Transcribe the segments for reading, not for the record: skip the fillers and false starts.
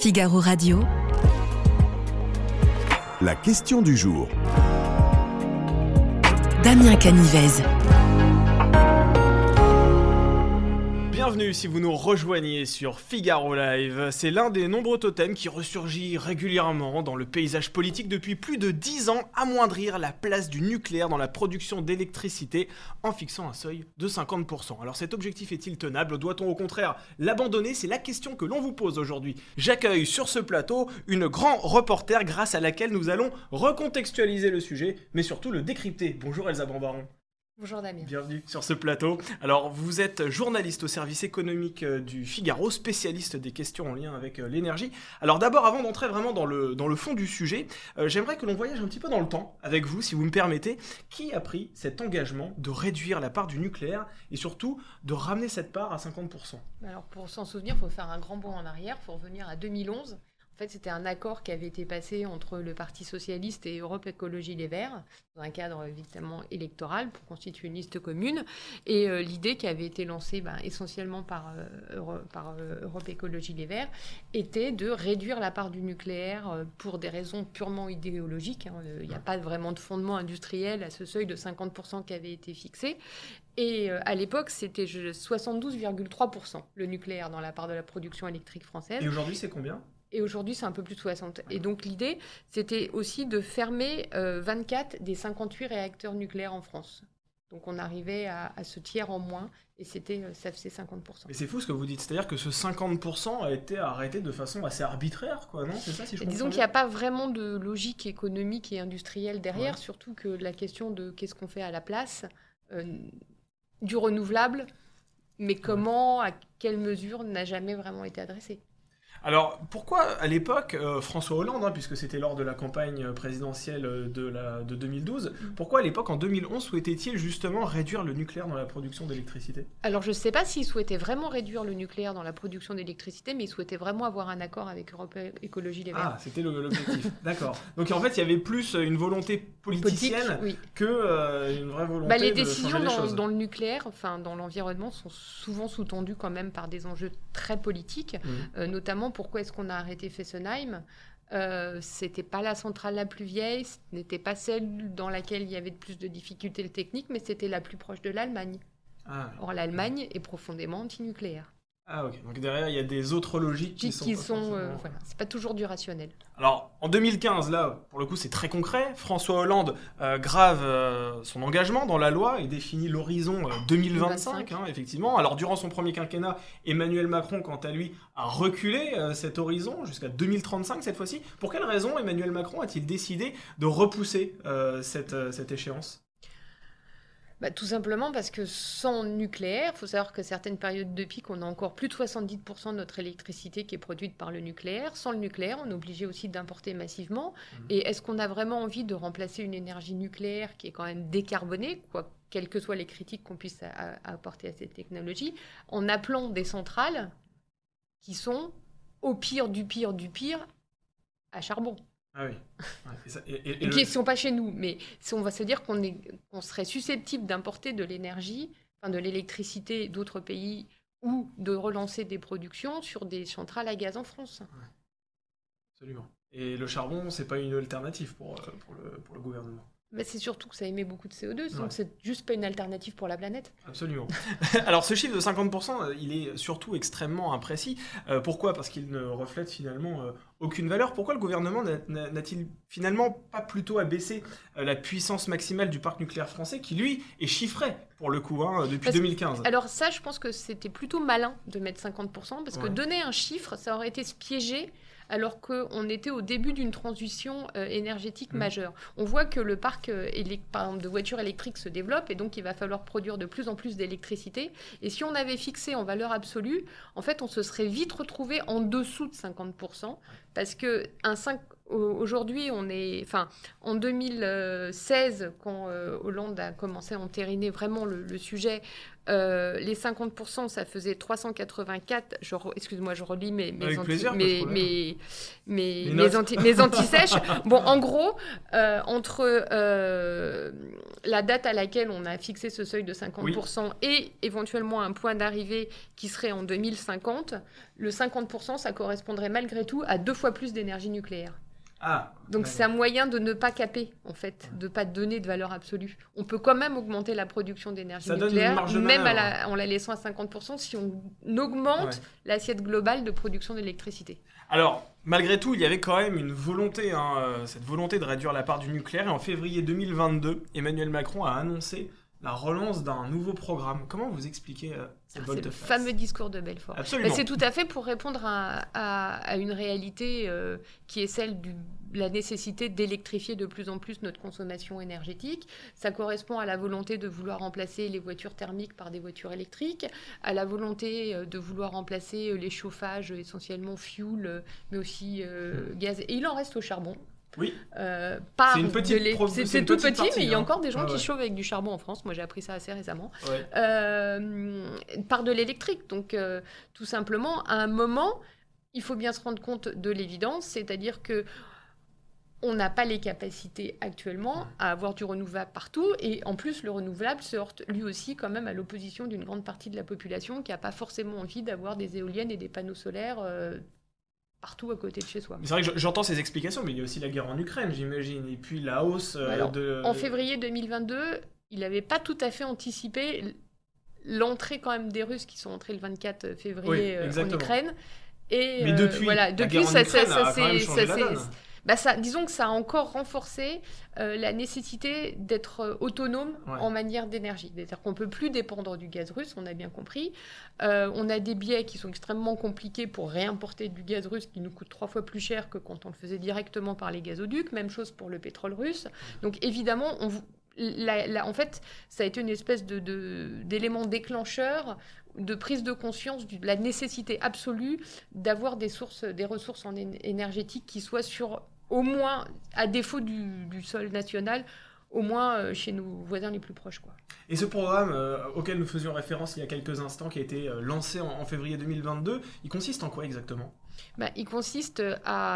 Figaro Radio. La question du jour. Damien Canivez. Bienvenue si vous nous rejoignez sur Figaro Live. C'est l'un des nombreux totems qui ressurgit régulièrement dans le paysage politique depuis plus de 10 ans, amoindrir la place du nucléaire dans la production d'électricité en fixant un seuil de 50%. Alors cet objectif est-il tenable? Doit-on au contraire l'abandonner? C'est la question que l'on vous pose aujourd'hui. J'accueille sur ce plateau une grande reporter grâce à laquelle nous allons recontextualiser le sujet, mais surtout le décrypter. Bonjour Elsa Bambaron. Bonjour Damien. Bienvenue sur ce plateau. Alors, vous êtes journaliste au service économique du Figaro, spécialiste des questions en lien avec l'énergie. Alors d'abord, avant d'entrer vraiment dans le fond du sujet, j'aimerais que l'on voyage un petit peu dans le temps avec vous, si vous me permettez. Qui a pris cet engagement de réduire la part du nucléaire et surtout de ramener cette part à 50%? Alors pour s'en souvenir, il faut faire un grand bond en arrière, il faut revenir à 2011. En fait, c'était un accord qui avait été passé entre le Parti socialiste et Europe Écologie Les Verts, dans un cadre évidemment électoral pour constituer une liste commune. Et l'idée qui avait été lancée essentiellement par Europe Écologie Les Verts était de réduire la part du nucléaire pour des raisons purement idéologiques. Il n'y a pas vraiment de fondement industriel à ce seuil de 50% qui avait été fixé. Et à l'époque, c'était 72,3% le nucléaire dans la part de la production électrique française. Et aujourd'hui, c'est combien ? Et aujourd'hui, c'est un peu plus de 60. Et donc, l'idée, c'était aussi de fermer 24 des 58 réacteurs nucléaires en France. Donc, on arrivait à ce tiers en moins, et ça faisait 50%. Mais c'est fou ce que vous dites, c'est-à-dire que ce 50% a été arrêté de façon assez arbitraire, quoi, non? C'est ça, si je comprends disons bien. qu'il n'y a pas vraiment de logique économique et industrielle derrière, Ouais. surtout que la question de qu'est-ce qu'on fait à la place, du renouvelable, mais comment, à quelle mesure, n'a jamais vraiment été adressée. Alors, pourquoi à l'époque, François Hollande, puisque c'était lors de la campagne présidentielle de 2012, pourquoi à l'époque, en 2011, souhaitait-il justement réduire le nucléaire dans la production d'électricité? Alors, je ne sais pas s'il souhaitait vraiment réduire le nucléaire dans la production d'électricité, mais il souhaitait vraiment avoir un accord avec Europe Écologie Les Verts. Ah, c'était l'objectif, d'accord. Donc en fait, il y avait plus une volonté politicienne oui. que une vraie volonté Les de décisions changer les choses. dans le nucléaire, dans l'environnement, sont souvent sous-tendues quand même par des enjeux très politiques, notamment pourquoi est-ce qu'on a arrêté Fessenheim. C'était pas la centrale la plus vieille, ce n'était pas celle dans laquelle il y avait le plus de difficultés techniques, mais c'était la plus proche de l'Allemagne. Ah, Or, l'Allemagne est profondément antinucléaire. ah, ok. Donc derrière, il y a des autres logiques qui sont... Voilà, c'est pas toujours du rationnel. Alors, en 2015, là, pour le coup, c'est très concret. François Hollande grave son engagement dans la loi et définit l'horizon 2025, effectivement. Alors, durant son premier quinquennat, Emmanuel Macron, quant à lui, a reculé cet horizon jusqu'à 2035, cette fois-ci. Pour quelle raison Emmanuel Macron a-t-il décidé de repousser cette échéance ? Tout simplement parce que sans nucléaire, il faut savoir que certaines périodes de pic, on a encore plus de 70% de notre électricité qui est produite par le nucléaire. Sans le nucléaire, on est obligé aussi d'importer massivement. Et est-ce qu'on a vraiment envie de remplacer une énergie nucléaire qui est quand même décarbonée, quelles que soient les critiques qu'on puisse apporter à cette technologie, en appelant des centrales qui sont au pire du pire du pire à charbon? Ah oui. Ouais, et qui ne sont pas chez nous. Mais si on va se dire qu'on serait susceptible d'importer de l'énergie, de l'électricité d'autres pays ou de relancer des productions sur des centrales à gaz en France. Ouais. Absolument. Et le charbon, c'est pas une alternative pour le gouvernement. C'est surtout que ça émet beaucoup de CO2, donc c'est juste pas une alternative pour la planète. Absolument. Alors ce chiffre de 50%, il est surtout extrêmement imprécis. Pourquoi ? Parce qu'il ne reflète finalement aucune valeur. Pourquoi le gouvernement n'a-t-il finalement pas plutôt abaissé la puissance maximale du parc nucléaire français, qui lui est chiffré pour le coup depuis 2015 ? Alors ça, je pense que c'était plutôt malin de mettre 50%, parce que donner un chiffre, ça aurait été se piéger, alors qu'on était au début d'une transition énergétique majeure. On voit que le parc de voitures électriques se développe, et donc il va falloir produire de plus en plus d'électricité. Et si on avait fixé en valeur absolue, en fait, on se serait vite retrouvé en dessous de 50%, parce que aujourd'hui, en 2016, quand Hollande a commencé à entériner vraiment le sujet, Les 50%, ça faisait 384. Excuse-moi, je relis mes anti-sèches. Bon, en gros, entre la date à laquelle on a fixé ce seuil de 50% et éventuellement un point d'arrivée qui serait en 2050, le 50%, ça correspondrait malgré tout à 2 fois plus d'énergie nucléaire. Donc c'est un moyen de ne pas caper, en fait, de ne pas donner de valeur absolue. On peut quand même augmenter la production d'énergie nucléaire, même en la laissant à 50%, si on augmente l'assiette globale de production d'électricité. Alors, malgré tout, il y avait quand même une volonté, cette volonté de réduire la part du nucléaire. Et en février 2022, Emmanuel Macron a annoncé la relance d'un nouveau programme. Comment vous expliquez cette volte-face ? C'est le fameux discours de Belfort. Absolument. C'est tout à fait pour répondre à une réalité qui est celle de la nécessité d'électrifier de plus en plus notre consommation énergétique. Ça correspond à la volonté de vouloir remplacer les voitures thermiques par des voitures électriques, à la volonté de vouloir remplacer les chauffages essentiellement fuel, mais aussi gaz. Et il en reste au charbon. Oui. C'est tout tout petit, mais il y a encore des gens qui chauffent avec du charbon en France. Moi, j'ai appris ça assez récemment. Par de l'électrique. Donc, tout simplement, à un moment, il faut bien se rendre compte de l'évidence, c'est-à-dire que on n'a pas les capacités actuellement à avoir du renouvelable partout. Et en plus, le renouvelable se heurte lui aussi quand même à l'opposition d'une grande partie de la population qui n'a pas forcément envie d'avoir des éoliennes et des panneaux solaires partout à côté de chez soi. C'est vrai que j'entends ces explications, mais il y a aussi la guerre en Ukraine, j'imagine, et puis la hausse En février 2022, il n'avait pas tout à fait anticipé l'entrée quand même des Russes qui sont entrés le 24 février en Ukraine. Et mais depuis la guerre en Ukraine a quand même changé la donne. Disons que ça a encore renforcé la nécessité d'être autonome en manière d'énergie. C'est-à-dire qu'on ne peut plus dépendre du gaz russe, on a bien compris. On a des biais qui sont extrêmement compliqués pour réimporter du gaz russe qui nous coûte 3 fois plus cher que quand on le faisait directement par les gazoducs. Même chose pour le pétrole russe. Donc évidemment, en fait, ça a été une espèce d'élément déclencheur de prise de conscience de la nécessité absolue d'avoir des ressources énergétiques qui soient au moins, à défaut du sol national, au moins chez nos voisins les plus proches, quoi. Et ce programme auquel nous faisions référence il y a quelques instants, qui a été lancé en février 2022, il consiste en quoi exactement ? Il consiste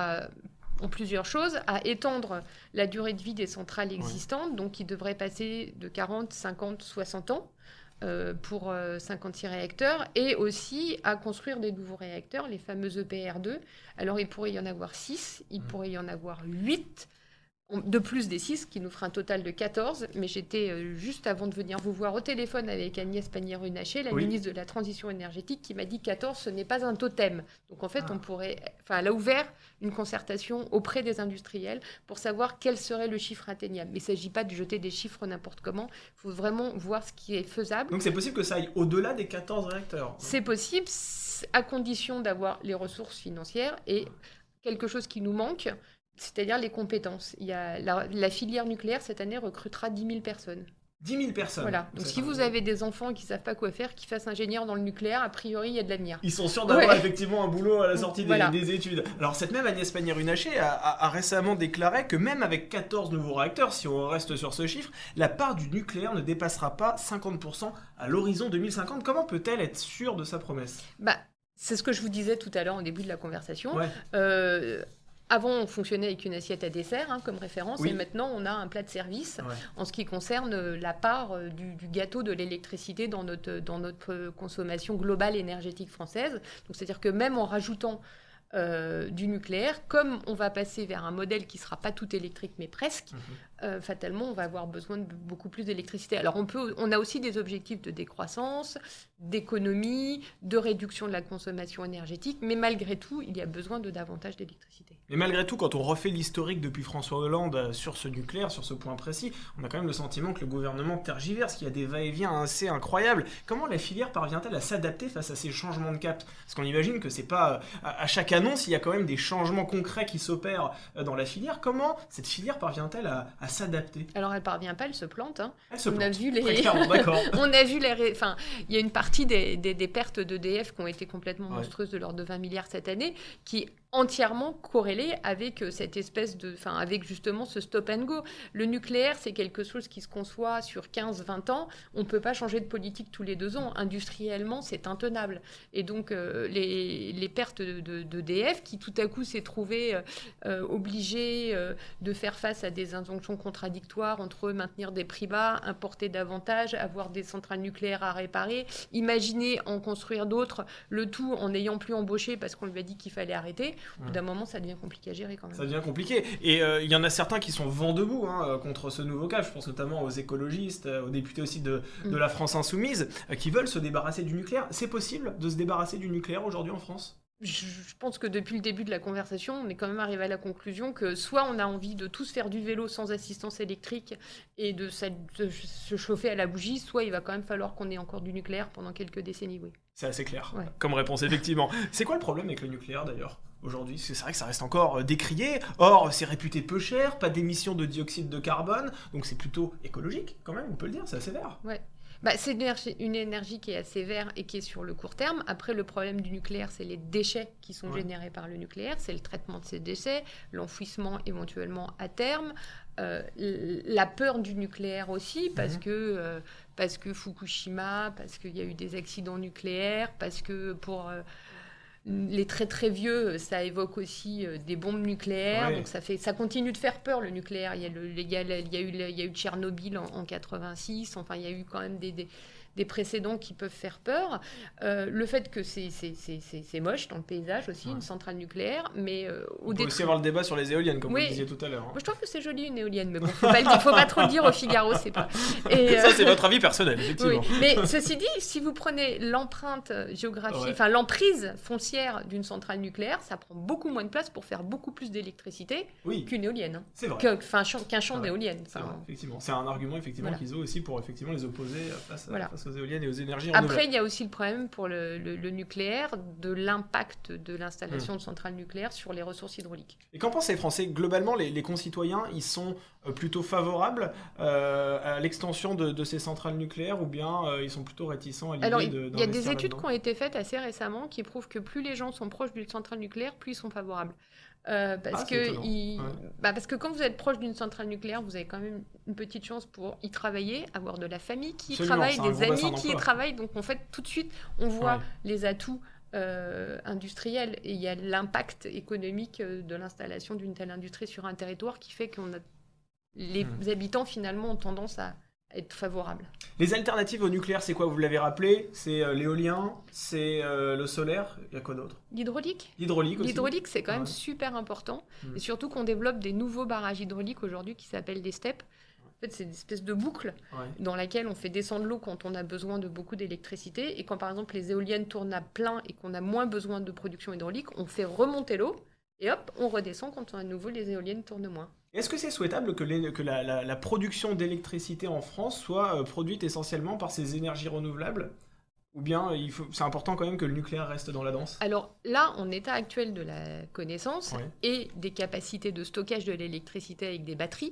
en plusieurs choses, à étendre la durée de vie des centrales existantes, donc qui devrait passer de 40, 50, 60 ans pour 56 réacteurs, et aussi à construire des nouveaux réacteurs, les fameux EPR2. Alors il pourrait y en avoir 6, il pourrait y en avoir 8, de plus des 6, qui nous fera un total de 14. Mais j'étais juste avant de venir vous voir au téléphone avec Agnès Pannier-Runacher, la ministre de la Transition énergétique, qui m'a dit 14, ce n'est pas un totem. Donc en fait, elle a ouvert une concertation auprès des industriels pour savoir quel serait le chiffre atteignable. Mais il ne s'agit pas de jeter des chiffres n'importe comment, il faut vraiment voir ce qui est faisable. Donc c'est possible que ça aille au-delà des 14 réacteurs ? C'est possible, à condition d'avoir les ressources financières et quelque chose qui nous manque, c'est-à-dire les compétences. Il y a la filière nucléaire, cette année, recrutera 10 000 personnes. 10 000 personnes. Voilà. Donc si vous avez des enfants qui ne savent pas quoi faire, qui fassent ingénieur dans le nucléaire, a priori, il y a de l'avenir. Ils sont sûrs d'avoir effectivement un boulot à la sortie des études. Alors cette même Agnès Pannier-Runacher a récemment déclaré que même avec 14 nouveaux réacteurs, si on reste sur ce chiffre, la part du nucléaire ne dépassera pas 50% à l'horizon 2050. Comment peut-elle être sûre de sa promesse ? C'est ce que je vous disais tout à l'heure au début de la conversation. Avant, on fonctionnait avec une assiette à dessert comme référence, et maintenant, on a un plat de service en ce qui concerne la part du gâteau de l'électricité dans notre consommation globale énergétique française. Donc, c'est-à-dire que même en rajoutant du nucléaire, comme on va passer vers un modèle qui ne sera pas tout électrique, mais presque, fatalement, on va avoir besoin de beaucoup plus d'électricité. Alors, on a aussi des objectifs de décroissance, d'économie, de réduction de la consommation énergétique, mais malgré tout, il y a besoin de davantage d'électricité. Mais malgré tout, quand on refait l'historique depuis François Hollande sur ce nucléaire, sur ce point précis, on a quand même le sentiment que le gouvernement tergiverse, qu'il y a des va-et-vient assez incroyables. Comment la filière parvient-elle à s'adapter face à ces changements de cap ? Parce qu'on imagine que c'est pas... À chaque annonce, il y a quand même des changements concrets qui s'opèrent dans la filière. Comment cette filière parvient-elle à s'adapter ? Alors, elle parvient pas, elle se plante. Elle se plante. A vu Très clairement, d'accord. On a vu il y a une partie des pertes d'EDF qui ont été complètement monstrueuses de l'ordre de 20 milliards cette année, qui entièrement corrélé avec cette espèce avec justement ce stop and go. Le nucléaire, c'est quelque chose qui se conçoit sur 15-20 ans. On ne peut pas changer de politique tous les 2 ans. Industriellement, c'est intenable. Et donc, les pertes d'EDF, qui tout à coup s'est trouvé obligé de faire face à des injonctions contradictoires entre maintenir des prix bas, importer davantage, avoir des centrales nucléaires à réparer, imaginer en construire d'autres, le tout en n'ayant plus embauché parce qu'on lui a dit qu'il fallait arrêter. Au bout d'un moment, ça devient compliqué à gérer quand même. Ça devient compliqué. Et il y en a certains qui sont vent debout contre ce nouveau cas. Je pense notamment aux écologistes, aux députés aussi de la France Insoumise, qui veulent se débarrasser du nucléaire. C'est possible de se débarrasser du nucléaire aujourd'hui en France ? Je pense que depuis le début de la conversation, on est quand même arrivé à la conclusion que soit on a envie de tous faire du vélo sans assistance électrique et de se chauffer à la bougie, soit il va quand même falloir qu'on ait encore du nucléaire pendant quelques décennies, oui. C'est assez clair Ouais. comme réponse, effectivement. C'est quoi le problème avec le nucléaire d'ailleurs aujourd'hui ? C'est vrai que ça reste encore décrié. Or, c'est réputé peu cher, pas d'émissions de dioxyde de carbone, donc c'est plutôt écologique quand même, on peut le dire, c'est assez vert. Ouais. C'est une énergie qui est assez verte et qui est sur le court terme. Après, le problème du nucléaire, c'est les déchets qui sont générés par le nucléaire. C'est le traitement de ces déchets, l'enfouissement éventuellement à terme, la peur du nucléaire aussi, parce que Fukushima, parce qu'il y a eu des accidents nucléaires, parce que pour... les très très vieux, ça évoque aussi des bombes nucléaires, donc ça continue de faire peur le nucléaire. Il y a eu Tchernobyl en 86, enfin il y a eu quand même des précédents qui peuvent faire peur. Le fait que c'est moche dans le paysage aussi, une centrale nucléaire, mais On peut aussi avoir le débat sur les éoliennes, comme vous le disiez tout à l'heure. Moi je trouve que c'est joli une éolienne, mais bon, faut pas trop le dire au Figaro, c'est pas. Ça c'est votre avis personnel, effectivement. Oui. Mais ceci dit, si vous prenez l'empreinte géographique, enfin l'emprise foncière d'une centrale nucléaire, ça prend beaucoup moins de place pour faire beaucoup plus d'électricité qu'une éolienne. C'est vrai. Qu'un champ d'éolienne. C'est vrai, effectivement. C'est un argument qu'ils ont aussi pour effectivement les opposer face aux éoliennes et aux énergies renouvelables. renouvelables. Après, il y a aussi le problème pour le nucléaire, de l'impact de l'installation de centrales nucléaires sur les ressources hydrauliques. Et qu'en pensent les Français ? Globalement, les concitoyens, ils sont plutôt favorables à l'extension de ces centrales nucléaires ou bien ils sont plutôt réticents à l'idée d'investir là-dedans ? Il y a des études qui ont été faites assez récemment qui prouvent que plus les gens sont proches d'une centrale nucléaire, plus ils sont favorables. Parce que quand vous êtes proche d'une centrale nucléaire, vous avez quand même une petite chance pour y travailler, avoir de la famille qui y travaille, des amis qui y travaillent. Donc en fait, tout de suite, on voit les atouts industriels. Et il y a l'impact économique de l'installation d'une telle industrie sur un territoire qui fait qu'on a... Les habitants, finalement, ont tendance à être favorables. Les alternatives au nucléaire, c'est quoi ? Vous l'avez rappelé, c'est l'éolien, c'est le solaire, il y a quoi d'autre ? L'hydraulique. L'hydraulique aussi. L'hydraulique, c'est quand même super important. Et surtout qu'on développe des nouveaux barrages hydrauliques aujourd'hui qui s'appellent des steppes. En fait, c'est une espèce de boucle dans laquelle on fait descendre l'eau quand on a besoin de beaucoup d'électricité. Et quand, par exemple, les éoliennes tournent à plein et qu'on a moins besoin de production hydraulique, on fait remonter l'eau et hop, on redescend quand à nouveau les éoliennes tournent moins. Est-ce que c'est souhaitable que la production d'électricité en France soit produite essentiellement par ces énergies renouvelables ? Ou bien c'est important quand même que le nucléaire reste dans la danse ? Alors là, en état actuel de la connaissance et des capacités de stockage de l'électricité avec des batteries,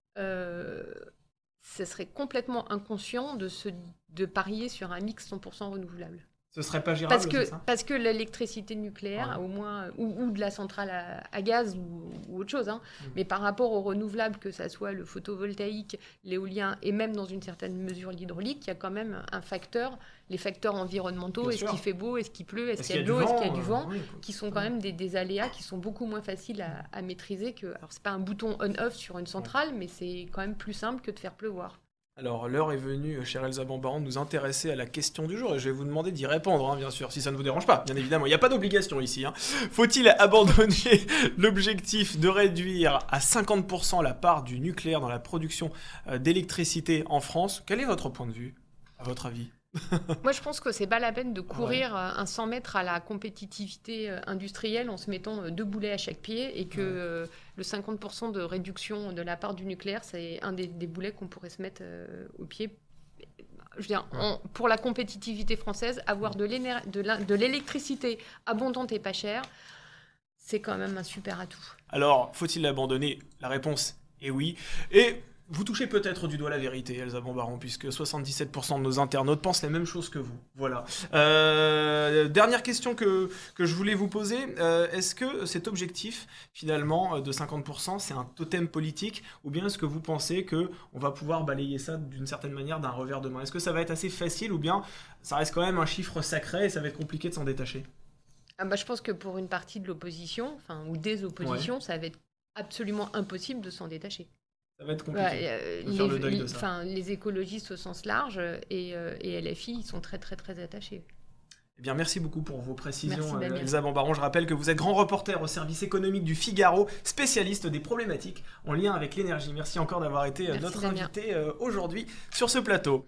ce serait complètement inconscient de parier sur un mix 100% renouvelable. Ce serait pas gérable, c'est ça ? Parce que l'électricité nucléaire, au moins, ou de la centrale à gaz ou autre chose, mais par rapport aux renouvelables, que ça soit le photovoltaïque, l'éolien et même dans une certaine mesure l'hydraulique, il y a quand même un facteur, les facteurs environnementaux, est-ce qu'il fait beau, est-ce qu'il pleut, est-ce qu'il y a de l'eau, est-ce qu'il y a du vent, qui sont quand même des aléas qui sont beaucoup moins faciles à maîtriser que... Alors c'est pas un bouton on-off sur une centrale, mais c'est quand même plus simple que de faire pleuvoir. Alors, l'heure est venue, chère Elsa Bambaran, de nous intéresser à la question du jour, et je vais vous demander d'y répondre, bien sûr, si ça ne vous dérange pas, bien évidemment. Il n'y a pas d'obligation ici. Faut-il abandonner l'objectif de réduire à 50% la part du nucléaire dans la production d'électricité en France ? Quel est votre point de vue, à votre avis ? Moi, je pense que c'est pas la peine de courir un 100 mètres à la compétitivité industrielle en se mettant 2 boulets à chaque pied et que le 50% de réduction de la part du nucléaire, c'est un des boulets qu'on pourrait se mettre au pied. Je veux dire, pour la compétitivité française, avoir de l'électricité abondante et pas chère, c'est quand même un super atout. Alors, faut-il l'abandonner ? La réponse est oui. Et Vous touchez peut-être du doigt la vérité, Elsa Bombaron, puisque 77% de nos internautes pensent la même chose que vous. Voilà. Dernière question que je voulais vous poser. Est-ce que cet objectif, finalement, de 50%, c'est un totem politique, ou bien est-ce que vous pensez qu'on va pouvoir balayer ça d'une certaine manière d'un revers de main? Est-ce que ça va être assez facile, ou bien ça reste quand même un chiffre sacré et ça va être compliqué de s'en détacher? Je pense que pour une partie de l'opposition, ou des oppositions, ça va être absolument impossible de s'en détacher. Ça va être compliqué de faire le deuil de ça. Les écologistes au sens large et LFI, ils sont très très très attachés. Eh bien, merci beaucoup pour vos précisions, Merci, Elsa Bombaron. Je rappelle que vous êtes grand reporter au service économique du Figaro, spécialiste des problématiques en lien avec l'énergie. Merci encore d'avoir été notre invité aujourd'hui sur ce plateau.